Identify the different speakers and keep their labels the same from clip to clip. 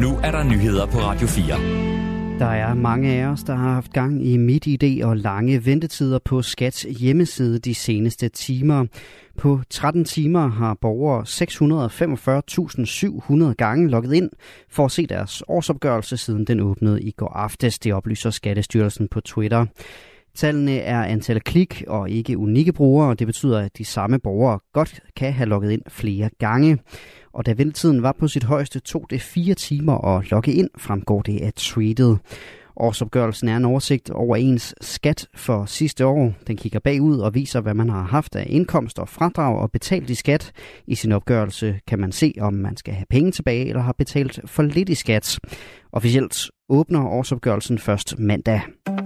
Speaker 1: Nu er der nyheder på Radio 4.
Speaker 2: Der er mange af os, der har haft gang i MitID og lange ventetider på Skats hjemmeside de seneste timer. På 13 timer har borgere 645.700 gange logget ind for at se deres årsopgørelse, siden den åbnede i går aftes. Det oplyser Skattestyrelsen på Twitter. Tallene er antal klik og ikke unikke brugere, og det betyder, at de samme borgere godt kan have logget ind flere gange. Og da ventetiden var på sit højeste, tog det 4 timer at logge ind, fremgår det af tweetet. Årsopgørelsen er en oversigt over ens skat for sidste år. Den kigger bagud og viser, hvad man har haft af indkomst og fradrag og betalt i skat. I sin opgørelse kan man se, om man skal have penge tilbage eller har betalt for lidt i skat. Officielt åbner årsopgørelsen først mandag.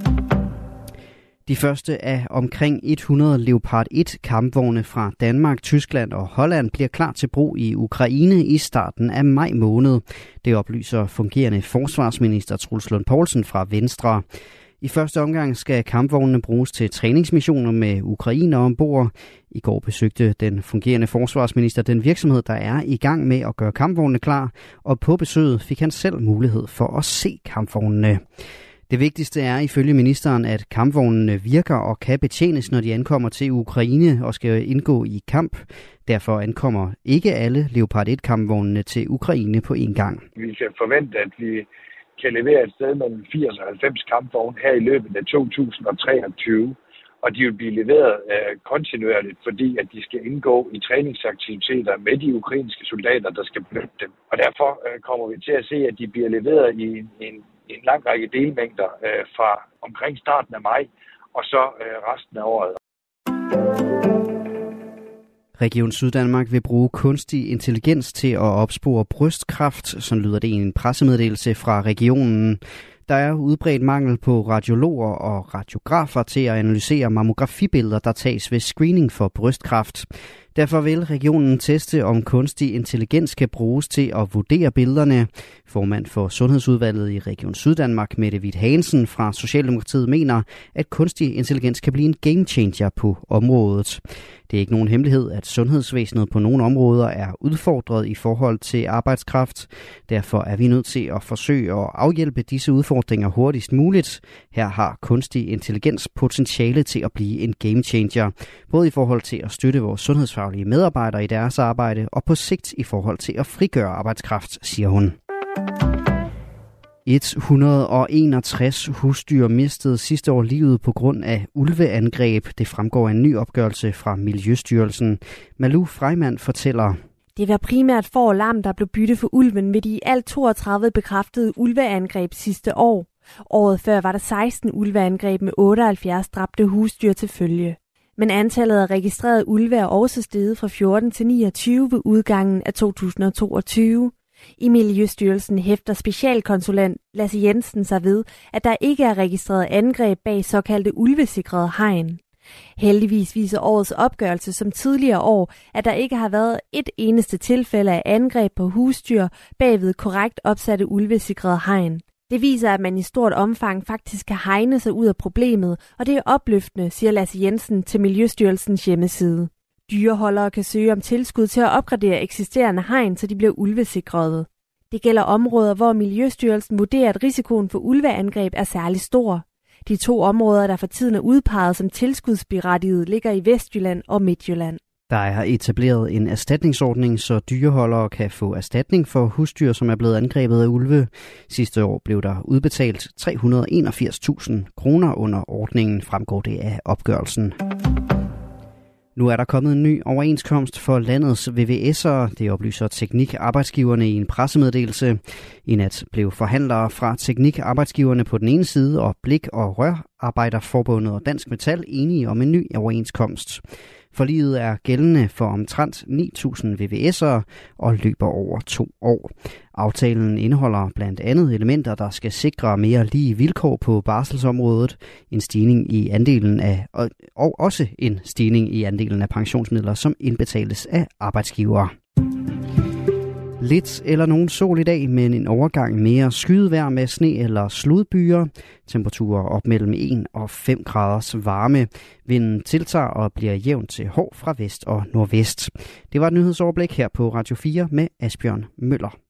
Speaker 2: De første af omkring 100 Leopard 1 kampvogne fra Danmark, Tyskland og Holland bliver klar til brug i Ukraine i starten af maj måned. Det oplyser fungerende forsvarsminister Troels Lund Poulsen fra Venstre. I første omgang skal kampvognene bruges til træningsmissioner med ukrainere ombord. I går besøgte den fungerende forsvarsminister den virksomhed, der er i gang med at gøre kampvognene klar, og på besøget fik han selv mulighed for at se kampvognene. Det vigtigste er ifølge ministeren, at kampvognene virker og kan betjenes, når de ankommer til Ukraine og skal indgå i kamp. Derfor ankommer ikke alle Leopard 1-kampvognene til Ukraine på en gang.
Speaker 3: Vi kan forvente, at vi kan levere et sted mellem 80 og 90 kampvogne her i løbet af 2023. Og de vil blive leveret kontinuerligt, fordi at de skal indgå i træningsaktiviteter med de ukrainske soldater, der skal benytte dem. Og derfor kommer vi til at se, at de bliver leveret i en lang række delmængder fra omkring starten af maj og så resten af året.
Speaker 2: Region Syddanmark vil bruge kunstig intelligens til at opspore brystkræft, sådan lyder det i en pressemeddelelse fra regionen. Der er udbredt mangel på radiologer og radiografer til at analysere mammografibilleder, der tages ved screening for brystkræft. Derfor vil regionen teste, om kunstig intelligens kan bruges til at vurdere billederne. Formand for Sundhedsudvalget i Region Syddanmark, Mette Hvidt Hansen fra Socialdemokratiet, mener, at kunstig intelligens kan blive en game changer på området. Det er ikke nogen hemmelighed, at sundhedsvæsenet på nogle områder er udfordret i forhold til arbejdskraft. Derfor er vi nødt til at forsøge at afhjælpe disse udfordringer hurtigst muligt. Her har kunstig intelligens potentiale til at blive en game changer, både i forhold til at støtte vores sundhedsfaglige medarbejdere i deres arbejde, og på sigt i forhold til at frigøre arbejdskraft, siger hun. 161 husdyr mistede sidste år livet på grund af ulveangreb. Det fremgår af en ny opgørelse fra Miljøstyrelsen. Malou Freimann fortæller.
Speaker 4: Det var primært får og lam, der blev byttet for ulven ved de i alt 32 bekræftede ulveangreb sidste år. Året før var der 16 ulveangreb med 78 dræbte husdyr til følge. Men antallet af registrerede ulve er også steget fra 14 til 29 ved udgangen af 2022. I Miljøstyrelsen hæfter specialkonsulent Lasse Jensen sig ved, at der ikke er registreret angreb bag såkaldte ulvesikrede hegn. Heldigvis viser årets opgørelse som tidligere år, at der ikke har været et eneste tilfælde af angreb på husdyr bagved korrekt opsatte ulvesikrede hegn. Det viser, at man i stort omfang faktisk kan hegne sig ud af problemet, og det er opløftende, siger Lasse Jensen til Miljøstyrelsens hjemmeside. Dyreholdere kan søge om tilskud til at opgradere eksisterende hegn, så de bliver ulvesikrede. Det gælder områder, hvor Miljøstyrelsen vurderer, at risikoen for ulveangreb er særlig stor. De 2 områder, der for tiden er udpeget som tilskudsberettiget, ligger i Vestjylland og Midtjylland.
Speaker 2: Der er etableret en erstatningsordning, så dyreholdere kan få erstatning for husdyr, som er blevet angrebet af ulve. Sidste år blev der udbetalt 381.000 kroner under ordningen, fremgår det af opgørelsen. Nu er der kommet en ny overenskomst for landets VVS'ere. Det oplyser Teknik-arbejdsgiverne i en pressemeddelelse. I nat blev forhandlere fra Teknik-arbejdsgiverne på den ene side og Blik- og Rørarbejderforbundet og Dansk Metal enige om en ny overenskomst. Forliget er gældende for omtrent 9.000 VVS'ere og løber over 2 år. Aftalen indeholder blandt andet elementer, der skal sikre mere lige vilkår på barselsområdet, en stigning i andelen af, og også en stigning i andelen af pensionsmidler, som indbetales af arbejdsgivere. Lidt eller nogen sol i dag, men en overgang mere skydevejr med sne eller sludbyer. Temperaturer op mellem 1 og 5 graders varme. Vinden tiltager og bliver jævnt til hård fra vest og nordvest. Det var et nyhedsoverblik her på Radio 4 med Asbjørn Møller.